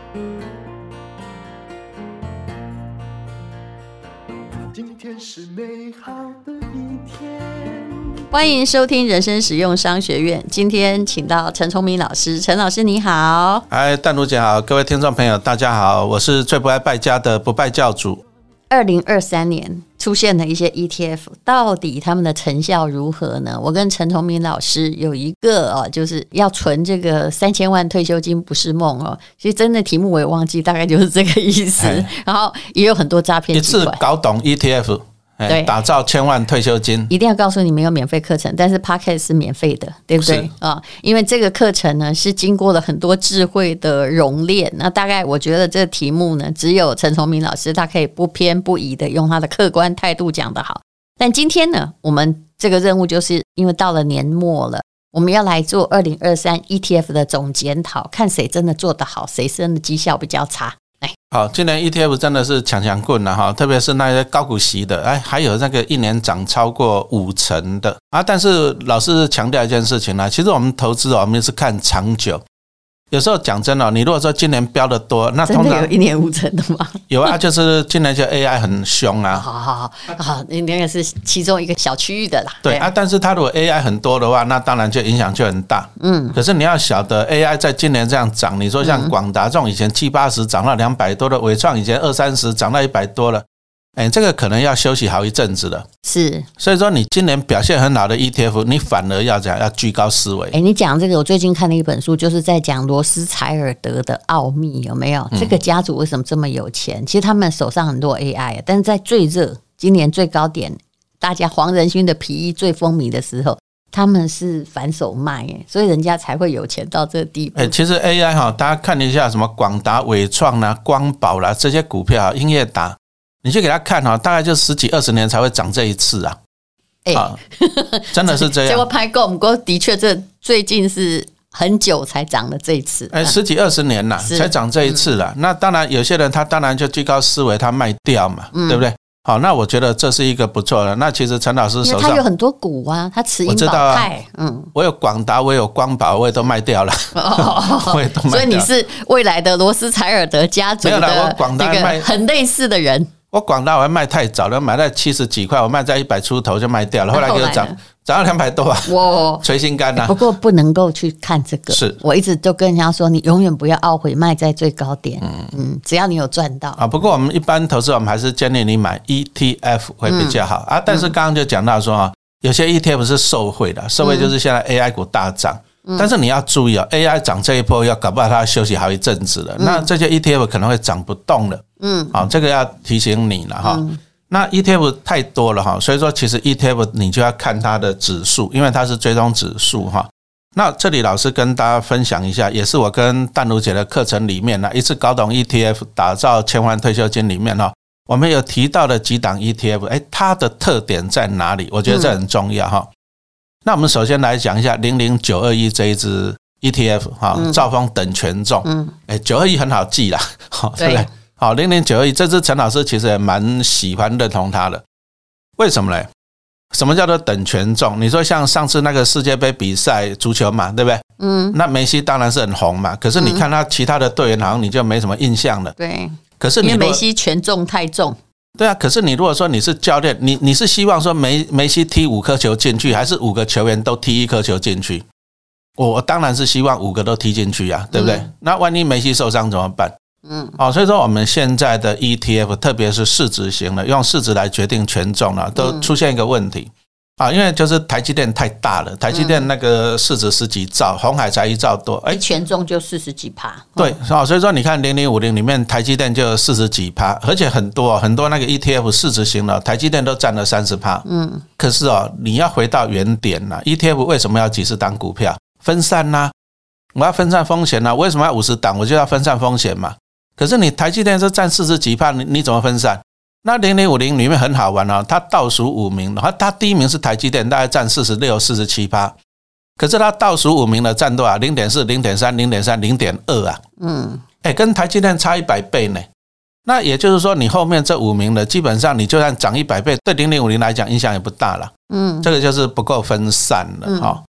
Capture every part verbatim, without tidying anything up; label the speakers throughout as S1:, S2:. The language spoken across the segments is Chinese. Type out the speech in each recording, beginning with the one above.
S1: 今天是美好的一天。
S2: 欢迎收听人生实用商学院，今天请到陈崇明老师。陈老师你好。
S3: 哎，淡如姐好，各位听众朋友大家好，我是最不爱败家的不败教主。
S2: 二零二三年出现了一些 E T F， 到底他们的成效如何呢？我跟陈崇明老师有一个哦，就是要存这个三千万退休金不是梦哦。其实真的题目我也忘记，大概就是这个意思。然后也有很多诈骗集团，
S3: 一次搞懂 E T F。对，打造千万退休金，
S2: 一定要告诉你没有免费课程，但是 Podcast 是免费的，对不对啊？因为这个课程呢是经过了很多智慧的熔炼，那大概我觉得这个题目呢，只有陈崇明老师他可以不偏不倚的用他的客观态度讲得好。但今天呢，我们这个任务就是因为到了年末了，我们要来做二零二三 E T F 的总检讨，看谁真的做得好，谁真的绩效比较差。
S3: 好，今年 E T F 真的是强强棍了哈，特别是那些高股息的，哎，还有那个一年涨超过五成的啊。但是老师强调一件事情呢，其实我们投资我们是看长久。有时候讲真的，你如果说今年飙得多，那通常
S2: 真的有一年五成的吗？
S3: 有啊，就是今年就 A I 很凶啊。
S2: 好好好，好，那个是其中一个小区域的啦。
S3: 对啊，但是它如果 A I 很多的话，那当然就影响就很大。嗯，可是你要晓得 A I 在今年这样涨，你说像广达这种以前七八十涨到两百多的，伟创以前二三十涨到一百多了。哎，这个可能要休息好一阵子了。
S2: 是，
S3: 所以说你今年表现很好的 E T F， 你反而要讲要居高思维。
S2: 哎，你讲这个，我最近看了一本书，就是在讲罗斯柴尔德的奥秘，有没有？这个家族为什么这么有钱？其实他们手上很多 A I， 但是在最热，今年最高点，大家黄仁勋的皮衣最风靡的时候，他们是反手卖，所以人家才会有钱到这个地步。
S3: 欸、其实 A I 哈，大家看一下什么广达、伟创啦、光宝啦这些股票，英业达。你去给他看哈，大概就十几二十年才会涨这一次啊！哎、欸，真的是这样。
S2: 结果拍够，不过的确这最近是很久才涨了这一次。
S3: 哎、欸，十几二十年啦，才涨这一次啦。嗯、那当然，有些人他当然就居高思维，他卖掉嘛，嗯、对不对？好，那我觉得这是一个不错的。那其实陈老师手上
S2: 他有很多股啊，他持盈保泰，嗯，
S3: 我有广达，我有光宝，我也都卖掉了，
S2: 哦、我也都卖掉了。所以你是未来的罗斯柴尔德家族的那个很类似的人。
S3: 我广达我还卖太早了，买在七十几块，我卖在一百出头就卖掉了，后来给我涨涨到两百多啊，哇，捶心肝啊！
S2: 不过不能够去看这个，是我一直都跟人家说，你永远不要懊悔卖在最高点，嗯嗯，只要你有赚到
S3: 啊。不过我们一般投资，我们还是建议你买 E T F 会比较好、嗯、啊。但是刚刚就讲到说啊，有些 E T F 是受惠的，受惠就是现在 A I 股大涨。嗯、但是你要注意哦 ，A I 涨这一波要搞不好它要休息好一阵子了，嗯、那这些 E T F 可能会涨不动了。嗯，好，这个要提醒你了哈。嗯、那 E T F 太多了哈，所以说其实 E T F 你就要看它的指数，因为它是追踪指数哈。那这里老师跟大家分享一下，也是我跟淡如姐的课程里面呢，一次搞懂 E T F 打造千万退休金里面哈，我们有提到的几档 E T F， 哎，它的特点在哪里？我觉得这很重要哈。嗯那我们首先来讲一下零零九二一这一支 E T F 哈，兆丰等权重，嗯，哎，九二一很好记啦，对不对？好，零零九二一这支陈老师其实也蛮喜欢认同它的，为什么呢？什么叫做等权重？你说像上次那个世界杯比赛足球嘛，对不对？嗯，那梅西当然是很红嘛，可是你看他其他的队员好像你就没什么印象了，
S2: 对，
S3: 可是你
S2: 因为梅西权重太重。
S3: 对啊，可是你如果说你是教练，你你是希望说梅梅西踢五颗球进去，还是五个球员都踢一颗球进去？我当然是希望五个都踢进去啊，对不对？嗯、那万一梅西受伤怎么办？嗯，好、哦，所以说我们现在的 E T F， 特别是市值型的，用市值来决定权重了，都出现一个问题。啊，因为就是台积电太大了，台积电那个市值十几兆，鸿海才一兆多，
S2: 哎，权重就四十几趴。
S3: 对，所以说你看零零五零里面台积电就四十几趴，而且很多很多那个 E T F 市值型的，台积电都占了三十趴。嗯，可是哦，你要回到原点啦 ，E T F 为什么要几十档股票分散呢？我要分散风险呢？为什么要五十档？我就要分散风险嘛。可是你台积电是占四十几趴，你你怎么分散？那零零五零里面很好玩哦，它倒数五名，它第一名是台积电，大概占四十六、四十七趴，可是它倒数五名的占多少？零点四、零点三、零点三、零点二啊，嗯，哎，跟台积电差一百倍呢。那也就是说，你后面这五名的，基本上你就算涨一百倍，对零零五零来讲影响也不大了，嗯，这个就是不够分散了哈、嗯。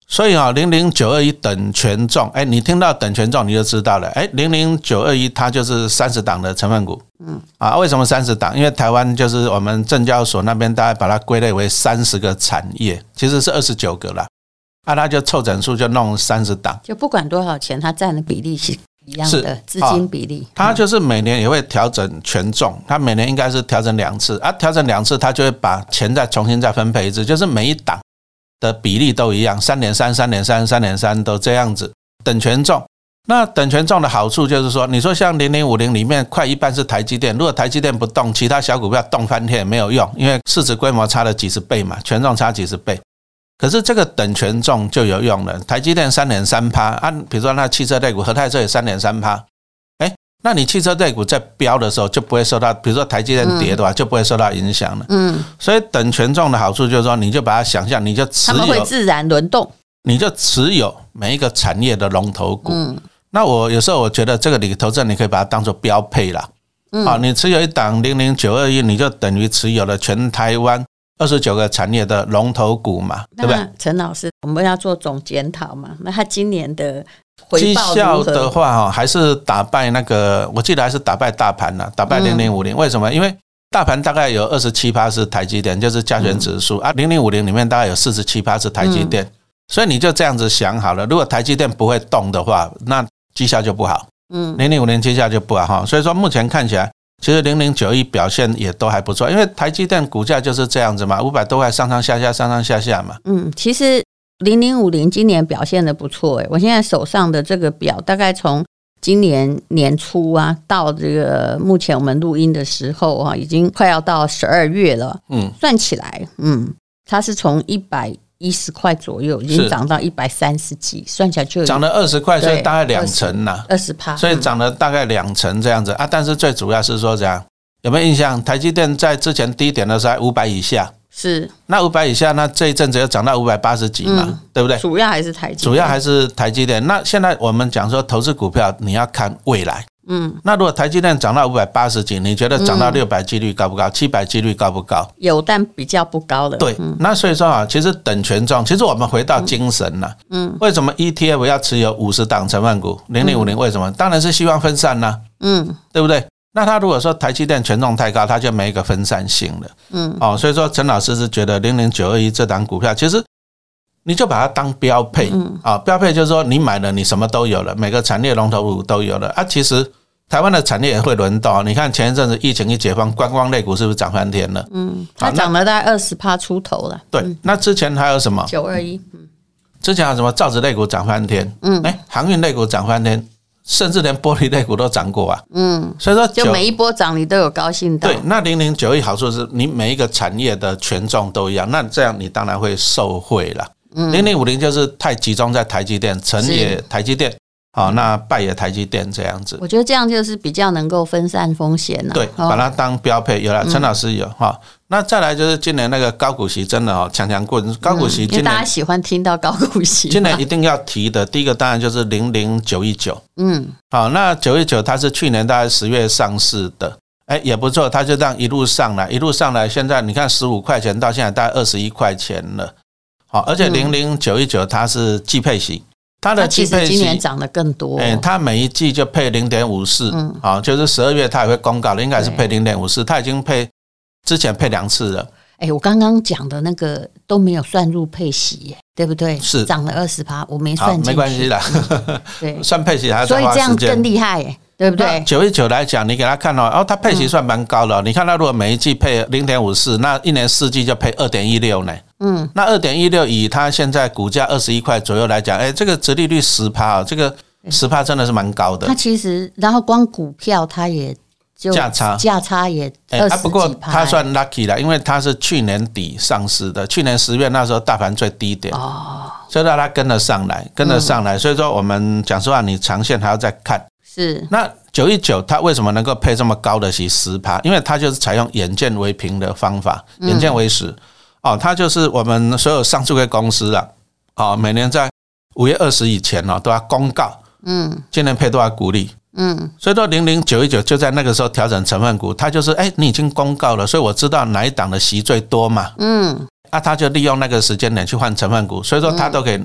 S3: 所以啊，零零九二一等权重，哎，你听到等权重你就知道了，哎，零零九二一它就是三十档的成分股，嗯，啊，为什么三十档？因为台湾就是我们证交所那边大概把它归类为三十个产业，其实是二十九个啦，啊，它就凑整数就弄三十档，
S2: 就不管多少钱，它占的比例是一样的资金比例，
S3: 它就是每年也会调整权重，它每年应该是调整两次，啊，调整两次它就会把钱再重新再分配一次，就是每一档的比例都一样，三点三、三点三、三点三都这样子，等权重。那等权重的好处就是说，你说像零零五零里面快一半是台积电，如果台积电不动，其他小股票动翻天也没有用，因为市值规模差了几十倍嘛，权重差几十倍。可是这个等权重就有用了，台积电 三点三趴， 啊，比如说那汽车类股和泰车也 三点三趴， 哎，那你汽车类股在飙的时候就不会受到，比如说台积电跌的话就不会受到影响了。嗯，所以等权重的好处就是说，你就把它想象，你就持有，
S2: 他们会自然轮动，
S3: 你就持有每一个产业的龙头股。嗯，那我有时候我觉得这个里投资人你可以把它当作标配啦。嗯，好，你持有一档零零九二一，你就等于持有了全台湾二十九个产业的龙头股嘛，对不对？
S2: 陈老师，我们要做总检讨嘛？那他今年的回报
S3: 绩
S2: 如何？
S3: 效的话，还是打败那个，我记得还是打败大盘了，打败零零五零。为什么？因为大盘大概有 百分之二十七 是台积电，就是加权指数、嗯、啊，零零五零里面大概有 百分之四十七 是台积电、嗯，所以你就这样子想好了，如果台积电不会动的话，那绩效就不好。嗯，零零五零绩效就不好，所以说目前看起来。其实零零九一表现也都还不错，因为台积电股价就是这样子嘛，五百多块上上下下上上下下嘛。嗯，
S2: 其实零零五零今年表现的不错，我现在手上的这个表大概从今年年初啊到这个目前我们录音的时候啊，已经快要到十二月了。嗯，算起来，嗯，它是从一百一十块左右，已经涨到一百三十几，算起来就
S3: 涨了二十块，所以大概两成啦，
S2: 二十趴，
S3: 所以涨了大概两成这样子啊。但是最主要是说这样，有没有印象？台积电在之前低点的时候五百以下，
S2: 是那
S3: 五百以下，那这一阵子又涨到五百八十几嘛、嗯，对不对？
S2: 主要还是台积电，
S3: 主要还是台积电。那现在我们讲说投资股票，你要看未来。嗯，那如果台积电涨到五百八十几，你觉得涨到六百几率高不高？七百几率高不高？
S2: 有，但比较不高的。
S3: 对，嗯、那所以说啊，其实等权重，其实我们回到精神了。嗯，为什么 E T F 要持有五十档成分股？零零五零为什么？当然是希望分散啦、啊。嗯，对不对？那他如果说台积电权重太高，他就没一个分散性了。嗯，哦，所以说陈老师是觉得零零九二一这档股票，其实你就把它当标配。嗯，啊、哦，标配就是说你买了，你什么都有了，每个产业龙头股都有了啊。其实台湾的产业也会轮动，你看前一阵子疫情一解放，观光类股是不是涨翻天了？
S2: 嗯，它涨了大概 百分之二十 出头了。
S3: 对，那之前还有什么？
S2: 九二一，嗯，
S3: 之前还有什么造纸类股涨翻天？嗯，哎，航运类股涨翻天，甚至连玻璃类股都涨过啊。嗯，所以说
S2: 就每一波涨你都有高兴到。
S3: 对，那零零九一好处是你每一个产业的权重都一样，那这样你当然会受惠啦。嗯，零零五零就是太集中在台积电，成也台积电。好，那败也台积电这样子，
S2: 我觉得这样就是比较能够分散风险了、啊。
S3: 对，把它当标配，有了陈老师有哈、嗯。那再来就是今年那个高股息真的哦，强强棍高股息今年、
S2: 嗯，因为大家喜欢听到高股息。
S3: 今年一定要提的，第一个当然就是零零九一九。嗯，好，那九一九它是去年大概十月上市的，哎也不错，它就这样一路上来，一路上来，现在你看十五块钱到现在大概二十一块钱了。好，而且零零九一九它是季配息。它的季配息
S2: 今年涨得更多、哦
S3: 欸，它每一季就配 零点五四， 嗯，好，就是十二月它也会公告的，应该是配 零点五四， 它已经配之前配两次了。
S2: 哎、欸，我刚刚讲的那个都没有算入配息耶，对不对？
S3: 是涨
S2: 了 百分之二十， 我没算进去，
S3: 没关系啦。对，算配息还是
S2: 所以这样更厉害耶，对不对？
S3: 九一九来讲，你给他看哦，哦，它配息算蛮高的、哦嗯，你看它如果每一季配 零点五四， 那一年四季就配 二点一六 呢。嗯，那 二点一六 以它现在股价二十一块左右来讲，哎，这个殖利率 百分之十、哦、这个 百分之十 真的是蛮高的。
S2: 它其实然后光股票它也就
S3: 价差
S2: 价差也二十几趴、欸啊、
S3: 不过它算 lucky 啦，因为它是去年底上市的，去年十月那时候大盘最低点哦，所以让它跟得上来，跟得上来、嗯。所以说我们讲实话，你长线还要再看。
S2: 是
S3: 那九一九它为什么能够配这么高的息 百分之十？ 因为它就是采用眼见为凭的方法，眼见为实。嗯哦，它就是我们所有上市公司啊，哦，每年在五月二十以前哦都要公告，嗯，今年配多少股利，嗯，所以说零零九一九就在那个时候调整成分股，它就是哎，你已经公告了，所以我知道哪一档的息最多嘛，嗯，啊，他就利用那个时间点去换成分股，所以说他都可以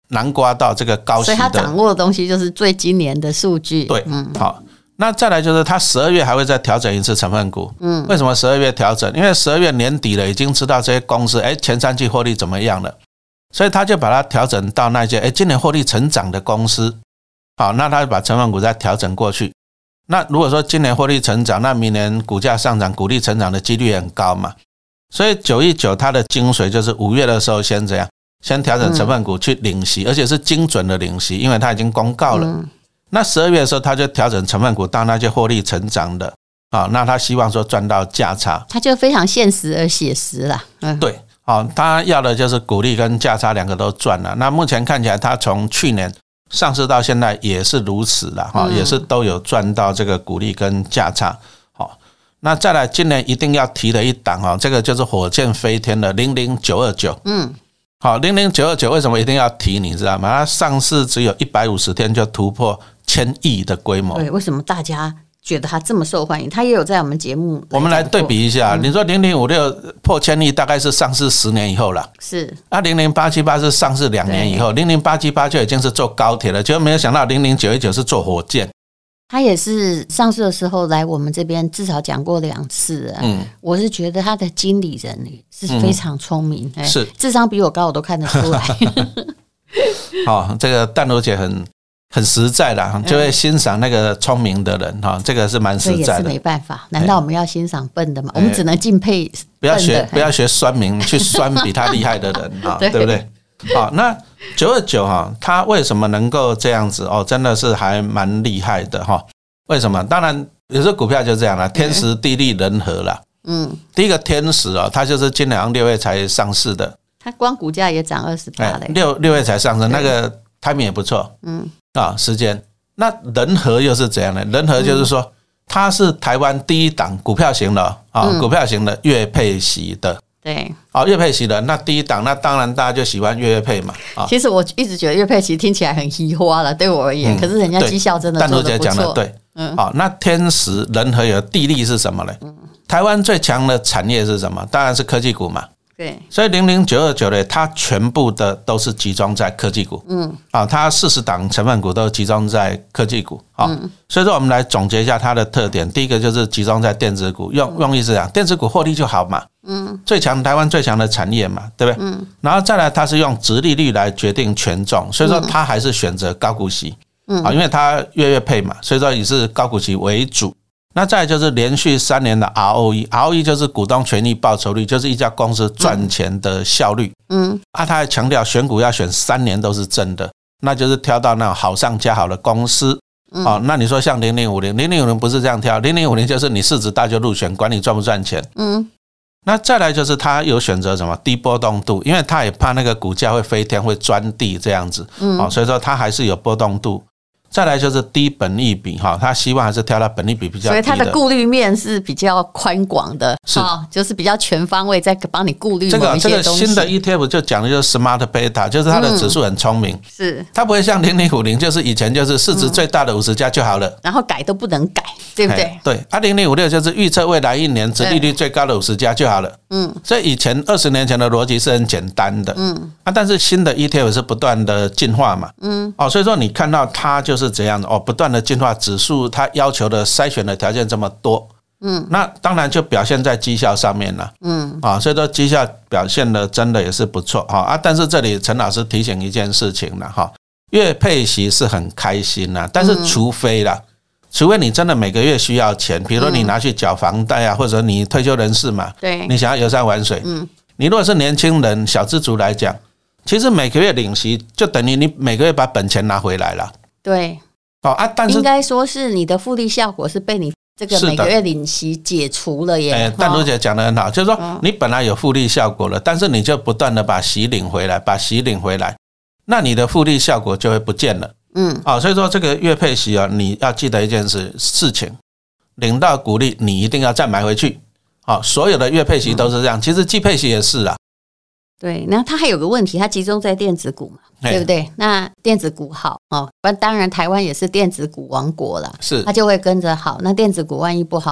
S3: 南瓜到这个高息的，
S2: 所以他掌握的东西就是最今年的数据。
S3: 对，嗯，好。那再来就是他十二月还会再调整一次成分股，嗯，为什么十二月调整？因为十二月年底了，已经知道这些公司，哎，前三季获利怎么样了，所以他就把它调整到那些，哎，今年获利成长的公司，好，那他就把成分股再调整过去。那如果说今年获利成长，那明年股价上涨、股利成长的几率也很高嘛，所以九一九它的精髓就是五月的时候先怎样，先调整成分股去领息，而且是精准的领息，因为它已经公告了。嗯，那十二月的时候，他就调整成分股到那些获利成长的啊，那他希望说赚到价差，
S2: 他就非常现实而写实啦。
S3: 嗯，对，好，他要的就是股利跟价差两个都赚了。那目前看起来，他从去年上市到现在也是如此啦，哈，也是都有赚到这个股利跟价差。好，那再来，今年一定要提的一档哈，这个就是火箭飞天的零零九二九。嗯。好，零零九二九为什么一定要提？你知道吗？它上市只有一百五十天就突破千亿的规模。
S2: 对，为什么大家觉得它这么受欢迎？它也有在我们节目，
S3: 我们来对比一下。嗯，你说零零五六破千亿，大概是上市十年以后了。
S2: 是。那
S3: 零零八七八是上市两年以后，零零八七八就已经是坐高铁了，结果没有想到零零九一九是坐火箭。
S2: 他也是上市的时候来我们这边至少讲过两次，啊，嗯，我是觉得他的经理人是非常聪明，嗯，是智商比我高我都看得出来。
S3: 好，这个淡如姐很很实在啦，就会欣赏那个聪明的人哈，这个是蛮实在的。这也
S2: 是没办法，难道我们要欣赏笨的吗？我们只能敬佩笨的。
S3: 不要学不要学酸民去酸比他厉害的人啊，对不对？好，那九二九哈，它为什么能够这样子哦？真的是还蛮厉害的哈。为什么？当然有时候股票就这样了，天时地利人和啦。嗯，第一个天时哦，它就是今年六月才上市的，
S2: 它光股价也涨二十八嘞。
S3: 六六月才上市，那个 timing 也不错。嗯，啊，时间。那人和又是怎样的？人和就是说，它是台湾第一档股票型的啊，股票型的月配息的。
S2: 对，
S3: 哦，月配息的那第一档，那当然大家就喜欢月月配嘛。啊，
S2: 其实我一直觉得月配息听起来很稀花了，对我而言，嗯，可是人家绩效真的做得不错。但如姐讲的对，嗯，好，那天时人和有地利是什么呢？嗯，台湾最强的产业是什么？当然是科技股嘛。 对，
S3: 所以零零九二九呢，它全部的都是集中在科技股。嗯，啊，它四十档成分股都集中在科技股。好，嗯，所以说我们来总结一下它的特点。第一个就是集中在电子股，用用意是讲电子股获利就好嘛。嗯，最强台湾最强的产业嘛，对不对？嗯，然后再来它是用殖利率来决定权重，所以说它还是选择高股息。嗯，啊，因为它月月配嘛，所以说以是高股息为主。那再来就是连续三年的 R O E，R O E 就是股东权益报酬率，就是一家公司赚钱的效率。嗯，啊，他还强调选股要选三年都是正的，那就是挑到那种好上加好的公司。哦，那你说像零零五零，零零五零不是这样挑，零零五零就是你市值大就入选，管你赚不赚钱。嗯，那再来就是他有选择什么低波动度，因为他也怕那个股价会飞天会钻地这样子。嗯，哦，所以说他还是有波动度。再来就是低本益比哈，他希望还是挑到本益比比较低的，
S2: 所以他的顾虑面是比较宽广的，是、哦、就是比较全方位，在帮你顾虑某一些东西。这个这个新的 E T F 就讲的就是 Smart Beta， 就是它的指数很聪明，嗯、是它不会像零零五零，就是以前就是市值最大的五十家就好了、嗯，然后改都不能改，对不对？
S3: 对，啊零零五六就是预测未来一年殖利率最高的五十家就好了，嗯，所以以前二十年前的逻辑是很简单的，嗯，啊，但是新的 E T F 是不断的进化嘛，嗯，哦，所以说你看到它就是这样的哦，不断的进化指数，它要求的筛选的条件这么多，嗯，那当然就表现在绩效上面了，嗯，啊，所以说绩效表现的真的也是不错哈啊，但是这里陈老师提醒一件事情了哈，月配息是很开心啦，但是除非啦。除非你真的每个月需要钱，比如说你拿去缴房贷啊，或者你退休人士嘛，对，你想要游山玩水，嗯，你如果是年轻人、小资族来讲，其实每个月领息就等于你每个月把本钱拿回来了，
S2: 对，
S3: 哦啊，但是
S2: 应该说是你的复利效果是被你这个每个月领息解除了耶。
S3: 哎，但如姐讲得很好，就是说你本来有复利效果了，但是你就不断的把息领回来，把息领回来，那你的复利效果就会不见了。嗯，啊，所以说这个月配息啊，你要记得一件事事情，领到股利你一定要再买回去。啊，所有的月配息都是这样，其实季配息也是啦。
S2: 对，那它还有个问题，它集中在电子股嘛，对不对？那电子股好哦，当然台湾也是电子股王国啦，是它就会跟着好。那电子股万一不好呢？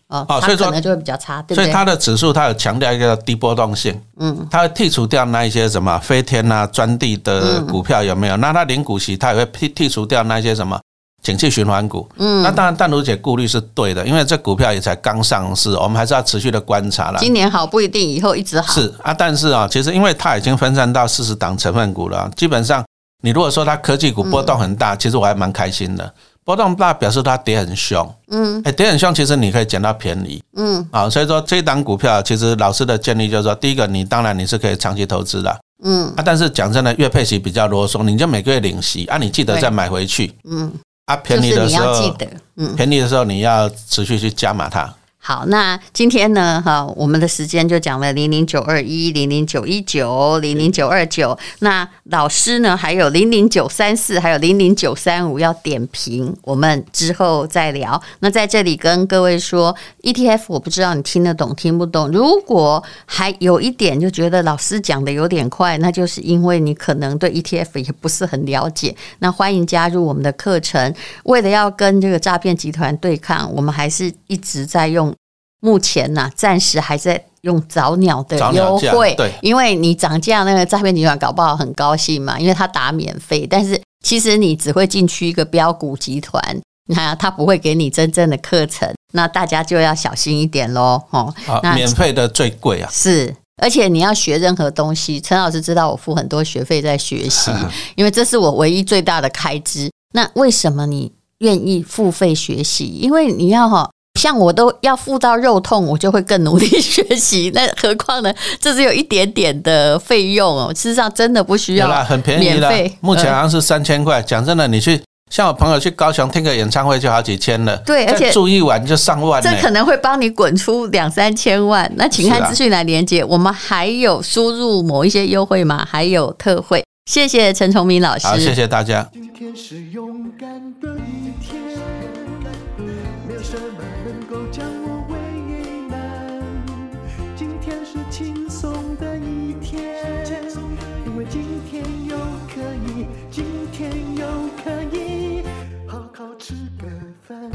S2: 哦，
S3: 哦，
S2: 它
S3: 所以说
S2: 可能就会比较差，对不对？
S3: 所以它的指数它有强调一个低波动性，嗯，它会剔除掉那一些什么飞天啊、专地的股票有没有？嗯、那它零股息它也会剔剔除掉那些什么景气循环股，嗯，那当然淡如姐顾虑是对的，因为这股票也才刚上市，我们还是要持续的观察啦。
S2: 今年好不一定以后一直好，
S3: 是啊，但是啊，其实因为它已经分散到四十档成分股了，基本上你如果说它科技股波动很大，嗯、其实我还蛮开心的。波动大表示它跌很凶，嗯，哎，跌很凶，其实你可以捡到便宜，嗯，啊，所以说这一档股票，其实老师的建议就是说，第一个，你当然你是可以长期投资的，嗯，啊，但是讲真的，月配息比较啰嗦，你就每个月领息啊，你记得再买回去，嗯，啊，便宜的时候，记得，嗯，便宜的时候你要持续去加码它。
S2: 好，那今天呢，哈，我们的时间就讲了零零九二一、零零九一九、零零九二九。那老师呢，还有零零九三四，还有零零九三五要点评，我们之后再聊。那在这里跟各位说 ，E T F 我不知道你听得懂听不懂。如果还有一点就觉得老师讲的有点快，那就是因为你可能对 E T F 也不是很了解。那欢迎加入我们的课程。为了要跟这个诈骗集团对抗，我们还是一直在用。目前呢、啊，暂时还在用早鸟的优惠，
S3: 对，
S2: 因为你涨价，那个诈骗集团搞不好很高兴嘛，因为他打免费，但是其实你只会进去一个标股集团，那他不会给你真正的课程，那大家就要小心一点咯。哦，
S3: 那免费的最贵啊，
S2: 是。而且你要学任何东西，陈老师知道我付很多学费在学习，因为这是我唯一最大的开支。那为什么你愿意付费学习？因为你要哈。像我都要付到肉痛，我就会更努力学习。那何况呢？这只有一点点的费用哦，事实上真的不需要，
S3: 很便宜了。目前好像是三千块。讲真的，你去像我朋友去高雄听个演唱会就好几千了，
S2: 对，而且
S3: 住一晚就上万，
S2: 这可能会帮你滚出两三千万。那请看资讯栏连结，我们还有输入某一些优惠码，还有特惠。谢谢陈崇明老师，
S3: 好，谢谢大家。
S1: 今天是勇敢的一天，没有什么能够将我为难。今天是轻松的一天，因为今天又可以，今天又可以好好吃个饭，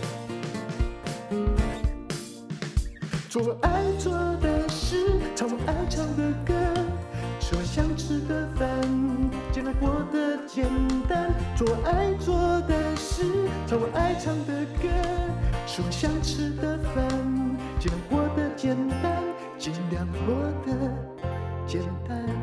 S1: 做我爱做的事，唱我爱唱的歌，吃我想吃的饭，尽量过得简单。做我爱做的事，唱我爱唱的歌，吃我想吃的饭，尽量过得简单，尽量过得简单。